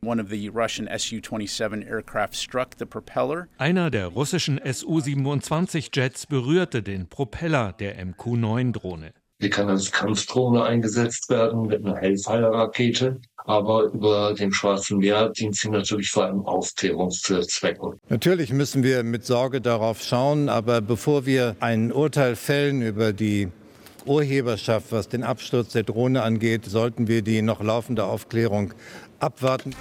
One of the Russian Su-27 aircraft struck the propeller. Einer der russischen Su-27-Jets berührte den Propeller der MQ-9-Drohne. Sie kann als Kampfdrohne eingesetzt werden mit einer Hellfire-Rakete. Aber über dem Schwarzen Meer dient sie natürlich vor allem Aufklärungszwecken. Natürlich müssen wir mit Sorge darauf schauen, aber bevor wir ein Urteil fällen über die Urheberschaft, was den Absturz der Drohne angeht, sollten wir die noch laufende Aufklärung abwarten.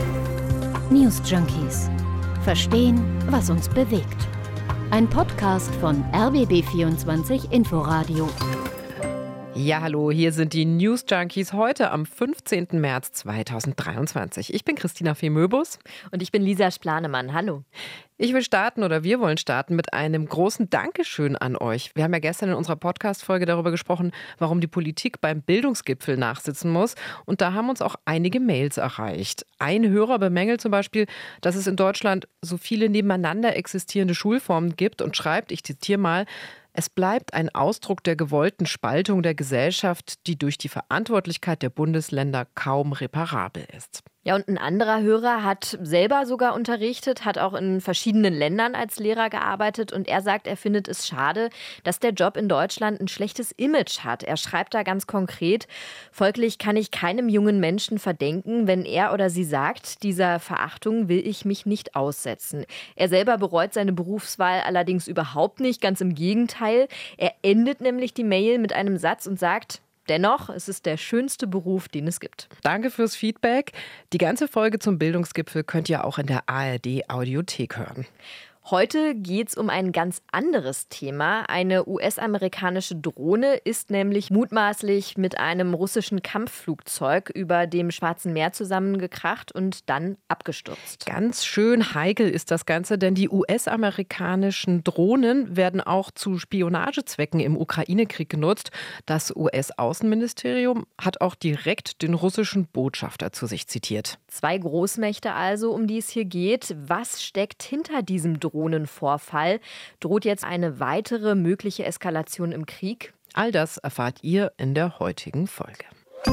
News Junkies. Verstehen, was uns bewegt. Ein Podcast von RBB24 Inforadio. Ja, hallo, hier sind die News Junkies heute am 15. März 2023. Ich bin Christina Fee-Möbus. Und ich bin Lisa Splanemann. Hallo. Wir wollen starten mit einem großen Dankeschön an euch. Wir haben ja gestern in unserer Podcast-Folge darüber gesprochen, warum die Politik beim Bildungsgipfel nachsitzen muss. Und da haben uns auch einige Mails erreicht. Ein Hörer bemängelt zum Beispiel, dass es in Deutschland so viele nebeneinander existierende Schulformen gibt und schreibt, ich zitiere mal, es bleibt ein Ausdruck der gewollten Spaltung der Gesellschaft, die durch die Verantwortlichkeit der Bundesländer kaum reparabel ist. Ja, und ein anderer Hörer hat selber sogar unterrichtet, hat auch in verschiedenen Ländern als Lehrer gearbeitet und er sagt, er findet es schade, dass der Job in Deutschland ein schlechtes Image hat. Er schreibt da ganz konkret, folglich kann ich keinem jungen Menschen verdenken, wenn er oder sie sagt, dieser Verachtung will ich mich nicht aussetzen. Er selber bereut seine Berufswahl allerdings überhaupt nicht, ganz im Gegenteil. Er endet nämlich die Mail mit einem Satz und sagt, dennoch, es ist der schönste Beruf, den es gibt. Danke fürs Feedback. Die ganze Folge zum Bildungsgipfel könnt ihr auch in der ARD-Audiothek hören. Heute geht es um ein ganz anderes Thema. Eine US-amerikanische Drohne ist nämlich mutmaßlich mit einem russischen Kampfflugzeug über dem Schwarzen Meer zusammengekracht und dann abgestürzt. Ganz schön heikel ist das Ganze, denn die US-amerikanischen Drohnen werden auch zu Spionagezwecken im Ukraine-Krieg genutzt. Das US-Außenministerium hat auch direkt den russischen Botschafter zu sich zitiert. Zwei Großmächte also, um die es hier geht. Was steckt hinter diesem Drohnenvorfall? Droht jetzt eine weitere mögliche Eskalation im Krieg? All das erfahrt ihr in der heutigen Folge.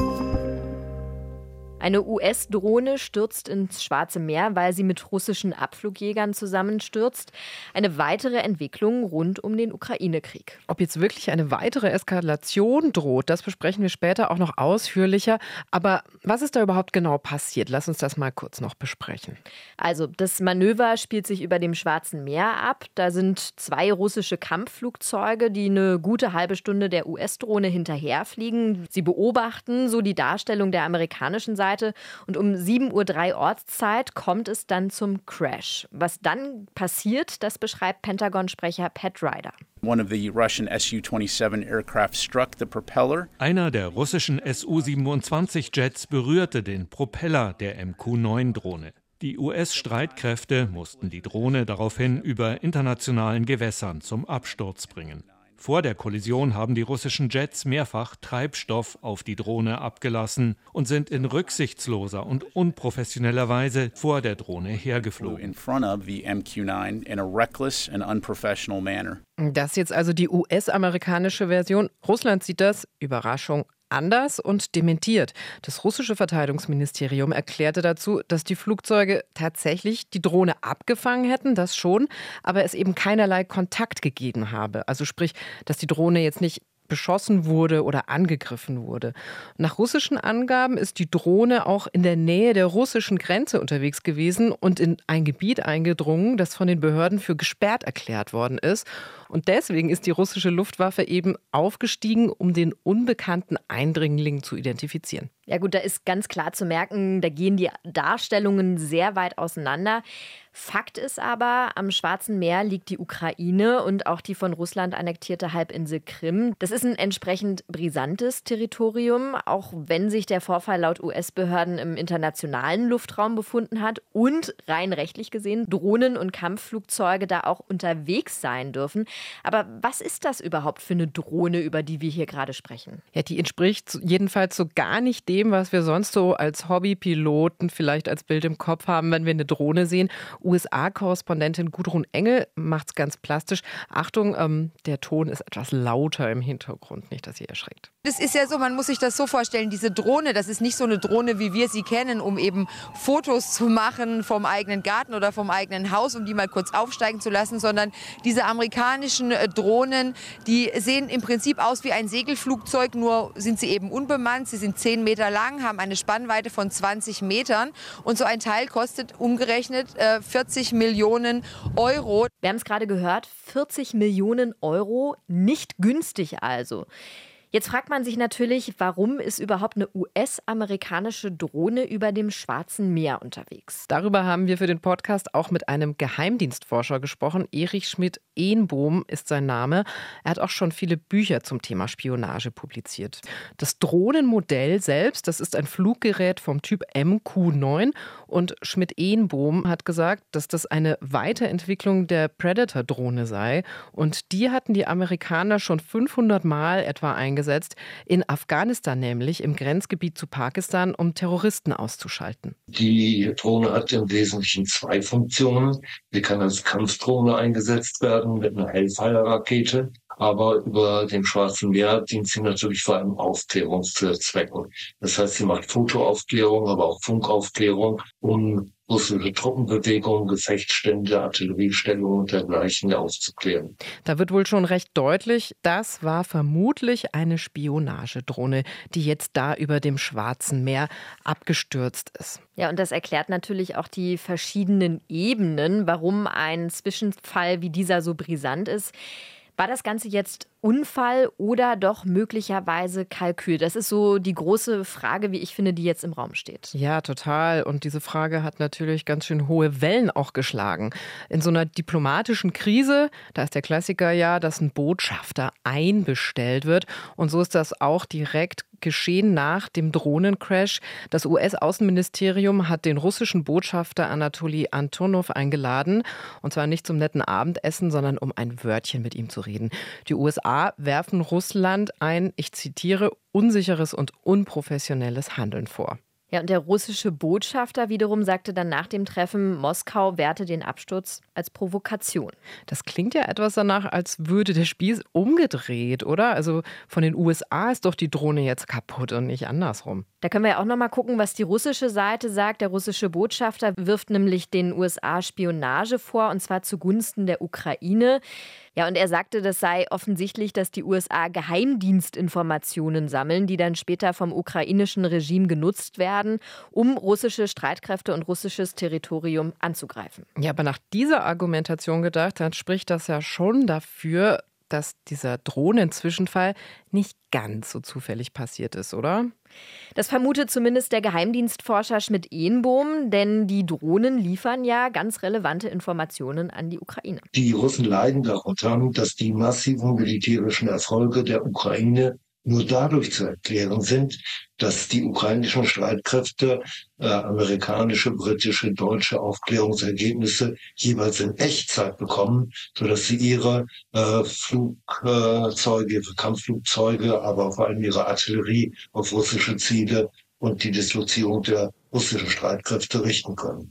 Eine US-Drohne stürzt ins Schwarze Meer, weil sie mit russischen Abflugjägern zusammenstürzt. Eine weitere Entwicklung rund um den Ukraine-Krieg. Ob jetzt wirklich eine weitere Eskalation droht, das besprechen wir später auch noch ausführlicher. Aber was ist da überhaupt genau passiert? Lass uns das mal kurz noch besprechen. Also, das Manöver spielt sich über dem Schwarzen Meer ab. Da sind zwei russische Kampfflugzeuge, die eine gute halbe Stunde der US-Drohne hinterherfliegen. Sie beobachten so die Darstellung der amerikanischen Seite. Und um 7:03 Uhr Ortszeit kommt es dann zum Crash. Was dann passiert, das beschreibt Pentagon-Sprecher Pat Ryder. One of the Russian Su-27 aircraft struck the propeller. Einer der russischen Su-27-Jets berührte den Propeller der MQ-9-Drohne. Die US-Streitkräfte mussten die Drohne daraufhin über internationalen Gewässern zum Absturz bringen. Vor der Kollision haben die russischen Jets mehrfach Treibstoff auf die Drohne abgelassen und sind in rücksichtsloser und unprofessioneller Weise vor der Drohne hergeflogen. In front of the MQ-9 in a reckless and unprofessional manner. Das ist jetzt also die US-amerikanische Version. Russland sieht das, Überraschung, anders und dementiert. Das russische Verteidigungsministerium erklärte dazu, dass die Flugzeuge tatsächlich die Drohne abgefangen hätten, das schon, aber es eben keinerlei Kontakt gegeben habe. Also sprich, dass die Drohne jetzt nicht beschossen wurde oder angegriffen wurde. Nach russischen Angaben ist die Drohne auch in der Nähe der russischen Grenze unterwegs gewesen und in ein Gebiet eingedrungen, das von den Behörden für gesperrt erklärt worden ist. Und deswegen ist die russische Luftwaffe eben aufgestiegen, um den unbekannten Eindringling zu identifizieren. Ja gut, da ist ganz klar zu merken, da gehen die Darstellungen sehr weit auseinander. Fakt ist aber, am Schwarzen Meer liegt die Ukraine und auch die von Russland annektierte Halbinsel Krim. Das ist ein entsprechend brisantes Territorium, auch wenn sich der Vorfall laut US-Behörden im internationalen Luftraum befunden hat und rein rechtlich gesehen Drohnen und Kampfflugzeuge da auch unterwegs sein dürfen. Aber was ist das überhaupt für eine Drohne, über die wir hier gerade sprechen? Ja, die entspricht jedenfalls so gar nicht dem dem, was wir sonst so als Hobbypiloten vielleicht als Bild im Kopf haben, wenn wir eine Drohne sehen. USA-Korrespondentin Gudrun Engel macht's ganz plastisch. Achtung, der Ton ist etwas lauter im Hintergrund, nicht, dass ihr erschreckt. Das ist ja so, man muss sich das so vorstellen, diese Drohne, das ist nicht so eine Drohne, wie wir sie kennen, um eben Fotos zu machen vom eigenen Garten oder vom eigenen Haus, um die mal kurz aufsteigen zu lassen, sondern diese amerikanischen Drohnen, die sehen im Prinzip aus wie ein Segelflugzeug, nur sind sie eben unbemannt. Sie sind 10 Meter lang, haben eine Spannweite von 20 Metern und so ein Teil kostet umgerechnet 40 Millionen Euro. Wir haben es gerade gehört, 40 Millionen Euro, nicht günstig also. Jetzt fragt man sich natürlich, warum ist überhaupt eine US-amerikanische Drohne über dem Schwarzen Meer unterwegs? Darüber haben wir für den Podcast auch mit einem Geheimdienstforscher gesprochen. Erich Schmidt-Ehnbohm ist sein Name. Er hat auch schon viele Bücher zum Thema Spionage publiziert. Das Drohnenmodell selbst, das ist ein Fluggerät vom Typ MQ-9. Und Schmidt-Ehnbohm hat gesagt, dass das eine Weiterentwicklung der Predator-Drohne sei. Und die hatten die Amerikaner schon 500 Mal etwa eingesetzt, in Afghanistan nämlich, im Grenzgebiet zu Pakistan, um Terroristen auszuschalten. Die Drohne hat im Wesentlichen 2 Funktionen. Sie kann als Kampfdrohne eingesetzt werden mit einer Hellfire-Rakete. Aber über dem Schwarzen Meer dient sie natürlich vor allem Aufklärungszwecken. Das heißt, sie macht Fotoaufklärung, aber auch Funkaufklärung, um russische Truppenbewegungen, Gefechtsstände, Artilleriestellungen und dergleichen aufzuklären. Da wird wohl schon recht deutlich, das war vermutlich eine Spionagedrohne, die jetzt da über dem Schwarzen Meer abgestürzt ist. Ja, und das erklärt natürlich auch die verschiedenen Ebenen, warum ein Zwischenfall wie dieser so brisant ist. War das Ganze jetzt Unfall oder doch möglicherweise Kalkül? Das ist so die große Frage, wie ich finde, die jetzt im Raum steht. Ja, total. Und diese Frage hat natürlich ganz schön hohe Wellen auch geschlagen. In so einer diplomatischen Krise, da ist der Klassiker ja, dass ein Botschafter einbestellt wird. Und so ist das auch direkt geschehen nach dem Drohnencrash. Das US-Außenministerium hat den russischen Botschafter Anatoli Antonov eingeladen. Und zwar nicht zum netten Abendessen, sondern um ein Wörtchen mit ihm zu reden. Die USA werfen Russland ein, ich zitiere, unsicheres und unprofessionelles Handeln vor. Ja, und der russische Botschafter wiederum sagte dann nach dem Treffen, Moskau werte den Absturz als Provokation. Das klingt ja etwas danach, als würde der Spieß umgedreht, oder? Also von den USA ist doch die Drohne jetzt kaputt und nicht andersrum. Da können wir ja auch noch mal gucken, was die russische Seite sagt. Der russische Botschafter wirft nämlich den USA Spionage vor, und zwar zugunsten der Ukraine. Ja, und er sagte, das sei offensichtlich, dass die USA Geheimdienstinformationen sammeln, die dann später vom ukrainischen Regime genutzt werden, um russische Streitkräfte und russisches Territorium anzugreifen. Ja, aber nach dieser Argumentation gedacht, dann spricht das ja schon dafür, dass dieser Drohnenzwischenfall nicht ganz so zufällig passiert ist, oder? Das vermutet zumindest der Geheimdienstforscher Schmidt-Ehnbohm, denn die Drohnen liefern ja ganz relevante Informationen an die Ukraine. Die Russen leiden darunter, dass die massiven militärischen Erfolge der Ukraine nur dadurch zu erklären sind, dass die ukrainischen Streitkräfte amerikanische, britische, deutsche Aufklärungsergebnisse jeweils in Echtzeit bekommen, sodass sie ihre Flugzeuge, ihre Kampfflugzeuge, aber vor allem ihre Artillerie auf russische Ziele und die Dislozierung der russischen Streitkräfte richten können.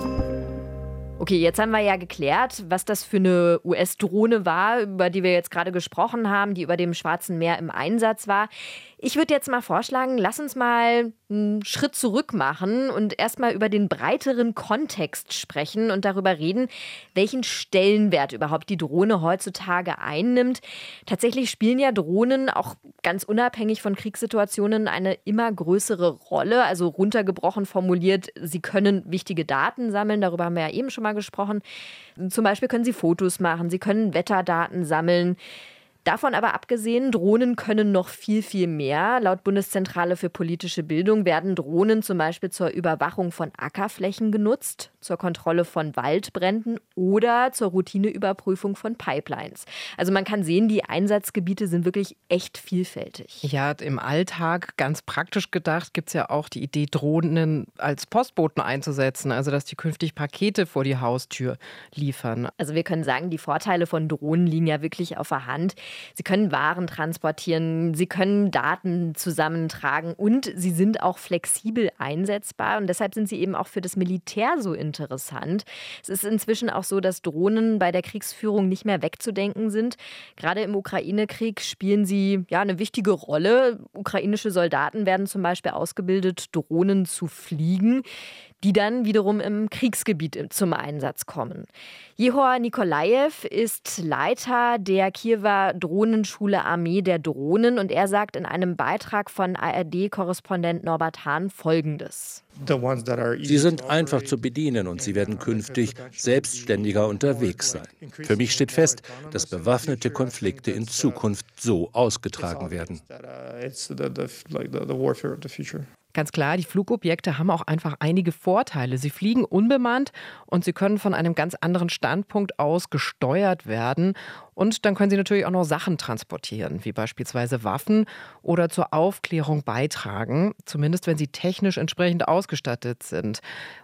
Okay, jetzt haben wir ja geklärt, was das für eine US-Drohne war, über die wir jetzt gerade gesprochen haben, die über dem Schwarzen Meer im Einsatz war. Ich würde jetzt mal vorschlagen, lass uns mal einen Schritt zurück machen und erstmal über den breiteren Kontext sprechen und darüber reden, welchen Stellenwert überhaupt die Drohne heutzutage einnimmt. Tatsächlich spielen ja Drohnen auch ganz unabhängig von Kriegssituationen eine immer größere Rolle. Also runtergebrochen formuliert, sie können wichtige Daten sammeln, darüber haben wir ja eben schon mal gesprochen. Zum Beispiel können sie Fotos machen, sie können Wetterdaten sammeln. Davon aber abgesehen, Drohnen können noch viel, viel mehr. Laut Bundeszentrale für politische Bildung werden Drohnen zum Beispiel zur Überwachung von Ackerflächen genutzt, zur Kontrolle von Waldbränden oder zur Routineüberprüfung von Pipelines. Also man kann sehen, die Einsatzgebiete sind wirklich echt vielfältig. Ja, im Alltag, ganz praktisch gedacht, gibt es ja auch die Idee, Drohnen als Postboten einzusetzen, also dass die künftig Pakete vor die Haustür liefern. Also wir können sagen, die Vorteile von Drohnen liegen ja wirklich auf der Hand. Sie können Waren transportieren, sie können Daten zusammentragen und sie sind auch flexibel einsetzbar. Und deshalb sind sie eben auch für das Militär so interessant. Es ist inzwischen auch so, dass Drohnen bei der Kriegsführung nicht mehr wegzudenken sind. Gerade im Ukraine-Krieg spielen sie eine wichtige Rolle. Ukrainische Soldaten werden zum Beispiel ausgebildet, Drohnen zu fliegen, die dann wiederum im Kriegsgebiet zum Einsatz kommen. Jehor Nikolajew ist Leiter der Kiewer Drohnenschule Armee der Drohnen und er sagt in einem Beitrag von ARD-Korrespondent Norbert Hahn Folgendes. Sie sind einfach zu bedienen und sie werden künftig selbstständiger unterwegs sein. Für mich steht fest, dass bewaffnete Konflikte in Zukunft so ausgetragen werden. Ganz klar, die Flugobjekte haben auch einfach einige Vorteile. Sie fliegen unbemannt und sie können von einem ganz anderen Standpunkt aus gesteuert werden. Und dann können sie natürlich auch noch Sachen transportieren, wie beispielsweise Waffen oder zur Aufklärung beitragen, zumindest wenn sie technisch entsprechend ausgestattet sind.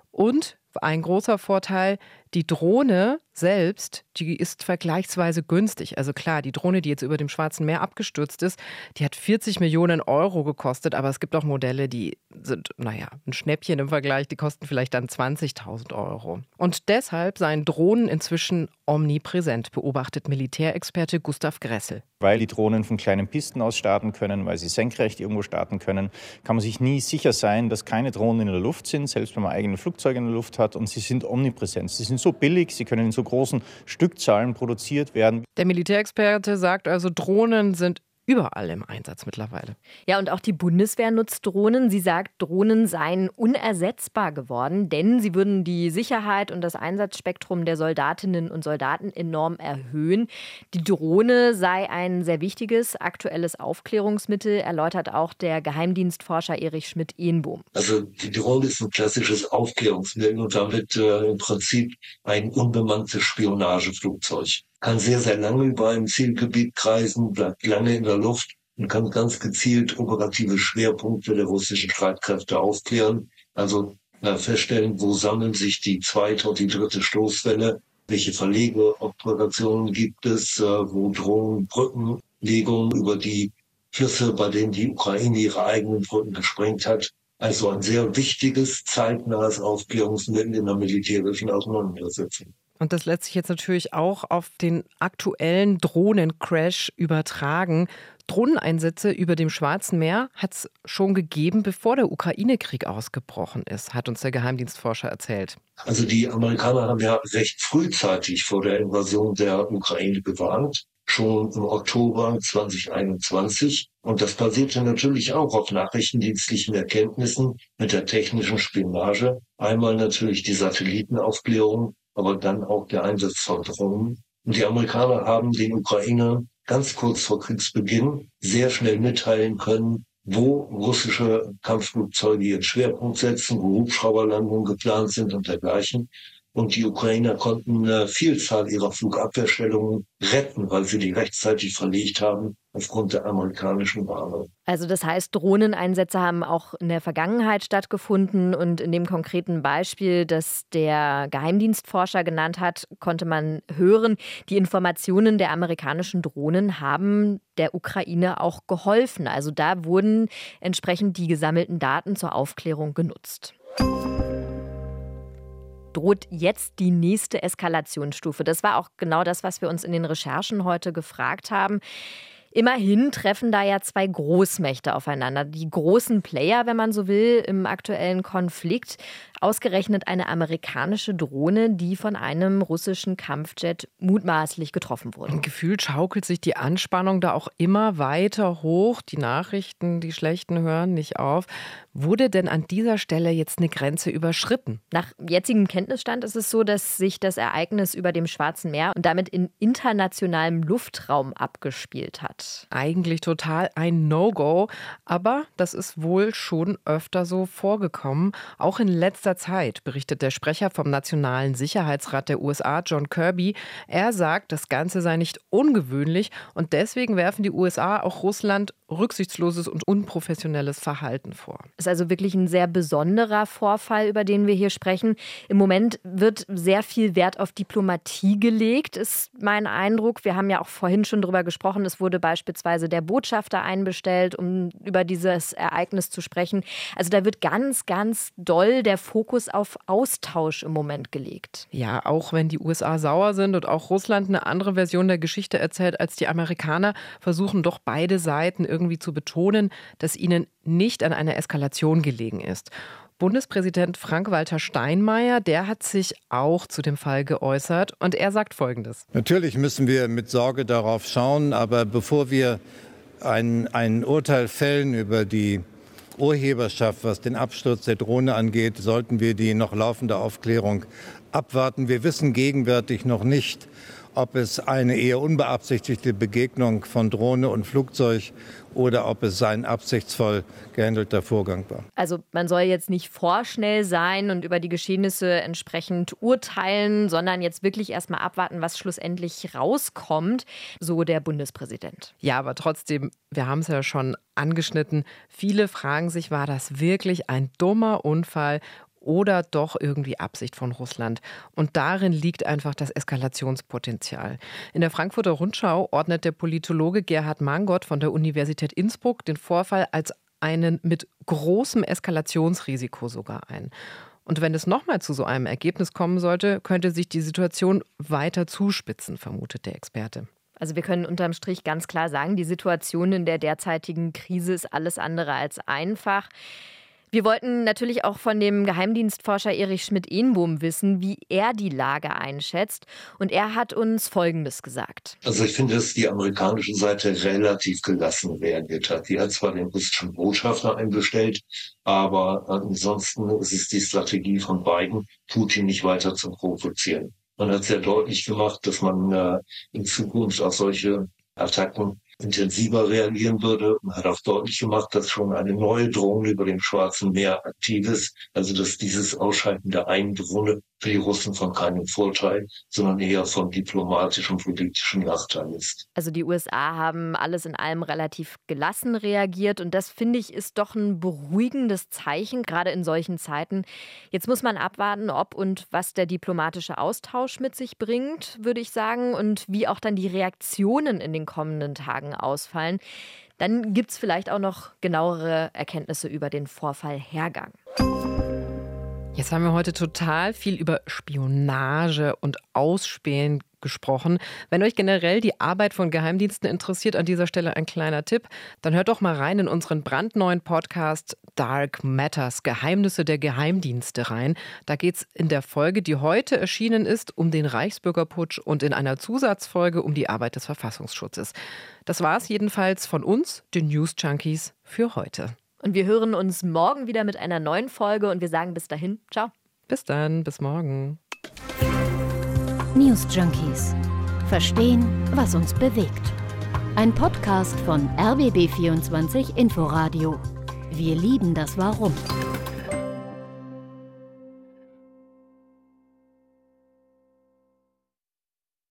Und ein großer Vorteil, die Drohne selbst, die ist vergleichsweise günstig. Also klar, die Drohne, die jetzt über dem Schwarzen Meer abgestürzt ist, die hat 40 Millionen Euro gekostet. Aber es gibt auch Modelle, die sind, ein Schnäppchen im Vergleich. Die kosten vielleicht dann 20.000 Euro. Und deshalb seien Drohnen inzwischen omnipräsent, beobachtet Militärexperte Gustav Gressel. Weil die Drohnen von kleinen Pisten aus starten können, weil sie senkrecht irgendwo starten können, kann man sich nie sicher sein, dass keine Drohnen in der Luft sind, selbst wenn man eigene Flugzeuge in der Luft hat. Und sie sind omnipräsent. Sie sind so billig, sie können in so großen Stückzahlen produziert werden. Der Militärexperte sagt also, Drohnen sind überall im Einsatz mittlerweile. Ja, und auch die Bundeswehr nutzt Drohnen. Sie sagt, Drohnen seien unersetzbar geworden, denn sie würden die Sicherheit und das Einsatzspektrum der Soldatinnen und Soldaten enorm erhöhen. Die Drohne sei ein sehr wichtiges aktuelles Aufklärungsmittel, erläutert auch der Geheimdienstforscher Erich Schmidt-Ehnbohm. Also die Drohne ist ein klassisches Aufklärungsmittel und damit im Prinzip ein unbemanntes Spionageflugzeug. Kann sehr, sehr lange über ein Zielgebiet kreisen, bleibt lange in der Luft und kann ganz gezielt operative Schwerpunkte der russischen Streitkräfte aufklären. Also feststellen, wo sammeln sich die zweite und die dritte Stoßwelle, welche Verlegeoperationen gibt es, wo drohen Brückenlegungen über die Flüsse, bei denen die Ukraine ihre eigenen Brücken gesprengt hat. Also ein sehr wichtiges, zeitnahes Aufklärungsmittel in der militärischen Auseinandersetzung. Und das lässt sich jetzt natürlich auch auf den aktuellen Drohnencrash übertragen. Drohneneinsätze über dem Schwarzen Meer hat es schon gegeben, bevor der Ukraine-Krieg ausgebrochen ist, hat uns der Geheimdienstforscher erzählt. Also die Amerikaner haben ja recht frühzeitig vor der Invasion der Ukraine gewarnt, schon im Oktober 2021. Und das basierte natürlich auch auf nachrichtendienstlichen Erkenntnissen mit der technischen Spionage. Einmal natürlich die Satellitenaufklärung, aber dann auch der Einsatz von Drohnen. Und die Amerikaner haben den Ukrainern ganz kurz vor Kriegsbeginn sehr schnell mitteilen können, wo russische Kampfflugzeuge ihren Schwerpunkt setzen, wo Hubschrauberlandungen geplant sind und dergleichen. Und die Ukrainer konnten eine Vielzahl ihrer Flugabwehrstellungen retten, weil sie die rechtzeitig verlegt haben aufgrund der amerikanischen Warnung. Also das heißt, Drohneneinsätze haben auch in der Vergangenheit stattgefunden und in dem konkreten Beispiel, das der Geheimdienstforscher genannt hat, konnte man hören, die Informationen der amerikanischen Drohnen haben der Ukraine auch geholfen. Also da wurden entsprechend die gesammelten Daten zur Aufklärung genutzt. Droht jetzt die nächste Eskalationsstufe? Das war auch genau das, was wir uns in den Recherchen heute gefragt haben. Immerhin treffen da ja zwei Großmächte aufeinander. Die großen Player, wenn man so will, im aktuellen Konflikt. Ausgerechnet eine amerikanische Drohne, die von einem russischen Kampfjet mutmaßlich getroffen wurde. Und gefühlt schaukelt sich die Anspannung da auch immer weiter hoch. Die Nachrichten, die schlechten, hören nicht auf. Wurde denn an dieser Stelle jetzt eine Grenze überschritten? Nach jetzigem Kenntnisstand ist es so, dass sich das Ereignis über dem Schwarzen Meer und damit in internationalem Luftraum abgespielt hat. Russland. Eigentlich total ein No-Go, aber das ist wohl schon öfter so vorgekommen. Auch in letzter Zeit, berichtet der Sprecher vom Nationalen Sicherheitsrat der USA, John Kirby. Er sagt, das Ganze sei nicht ungewöhnlich und deswegen werfen die USA auch Russland rücksichtsloses und unprofessionelles Verhalten vor. Das ist also wirklich ein sehr besonderer Vorfall, über den wir hier sprechen. Im Moment wird sehr viel Wert auf Diplomatie gelegt, ist mein Eindruck. Wir haben ja auch vorhin schon darüber gesprochen, es wurde beispielsweise der Botschafter einbestellt, um über dieses Ereignis zu sprechen. Also da wird ganz, ganz doll der Fokus auf Austausch im Moment gelegt. Ja, auch wenn die USA sauer sind und auch Russland eine andere Version der Geschichte erzählt als die Amerikaner, versuchen doch beide Seiten irgendwie zu betonen, dass ihnen nicht an einer Eskalation gelegen ist. Bundespräsident Frank-Walter Steinmeier, der hat sich auch zu dem Fall geäußert und er sagt Folgendes. Natürlich müssen wir mit Sorge darauf schauen, aber bevor wir ein Urteil fällen über die Urheberschaft, was den Absturz der Drohne angeht, sollten wir die noch laufende Aufklärung abwarten. Wir wissen gegenwärtig noch nicht, ob es eine eher unbeabsichtigte Begegnung von Drohne und Flugzeug oder ob es ein absichtsvoll gehandelter Vorgang war. Also man soll jetzt nicht vorschnell sein und über die Geschehnisse entsprechend urteilen, sondern jetzt wirklich erstmal abwarten, was schlussendlich rauskommt, so der Bundespräsident. Ja, aber trotzdem, wir haben es ja schon angeschnitten, viele fragen sich, war das wirklich ein dummer Unfall oder doch irgendwie Absicht von Russland? Und darin liegt einfach das Eskalationspotenzial. In der Frankfurter Rundschau ordnet der Politologe Gerhard Mangott von der Universität Innsbruck den Vorfall als einen mit großem Eskalationsrisiko sogar ein. Und wenn es nochmal zu so einem Ergebnis kommen sollte, könnte sich die Situation weiter zuspitzen, vermutet der Experte. Also wir können unterm Strich ganz klar sagen, die Situation in der derzeitigen Krise ist alles andere als einfach. Wir wollten natürlich auch von dem Geheimdienstforscher Erich Schmidt-Ehnbohm wissen, wie er die Lage einschätzt. Und er hat uns Folgendes gesagt. Also ich finde, dass die amerikanische Seite relativ gelassen reagiert hat. Die hat zwar den russischen Botschafter einbestellt, aber ansonsten ist es die Strategie von Biden, Putin nicht weiter zu provozieren. Man hat sehr deutlich gemacht, dass man in Zukunft auf solche Attacken intensiver reagieren würde und hat auch deutlich gemacht, dass schon eine neue Drohne über dem Schwarzen Meer aktiv ist. Also dass dieses Ausschalten der einen Drohne für die Russen von keinem Vorteil, sondern eher von diplomatischem und politischem Nachteil ist. Also die USA haben alles in allem relativ gelassen reagiert und das, finde ich, ist doch ein beruhigendes Zeichen, gerade in solchen Zeiten. Jetzt muss man abwarten, ob und was der diplomatische Austausch mit sich bringt, würde ich sagen, und wie auch dann die Reaktionen in den kommenden Tagen ausfallen. Dann gibt es vielleicht auch noch genauere Erkenntnisse über den Vorfallhergang. Jetzt haben wir heute total viel über Spionage und Ausspähen gesprochen. Wenn euch generell die Arbeit von Geheimdiensten interessiert, an dieser Stelle ein kleiner Tipp, dann hört doch mal rein in unseren brandneuen Podcast Dark Matters, Geheimnisse der Geheimdienste rein. Da geht es in der Folge, die heute erschienen ist, um den Reichsbürgerputsch und in einer Zusatzfolge um die Arbeit des Verfassungsschutzes. Das war es jedenfalls von uns, den News Junkies, für heute. Und wir hören uns morgen wieder mit einer neuen Folge und wir sagen bis dahin, ciao. Bis dann, bis morgen. News Junkies. Verstehen, was uns bewegt. Ein Podcast von RBB24 Inforadio. Wir lieben das Warum.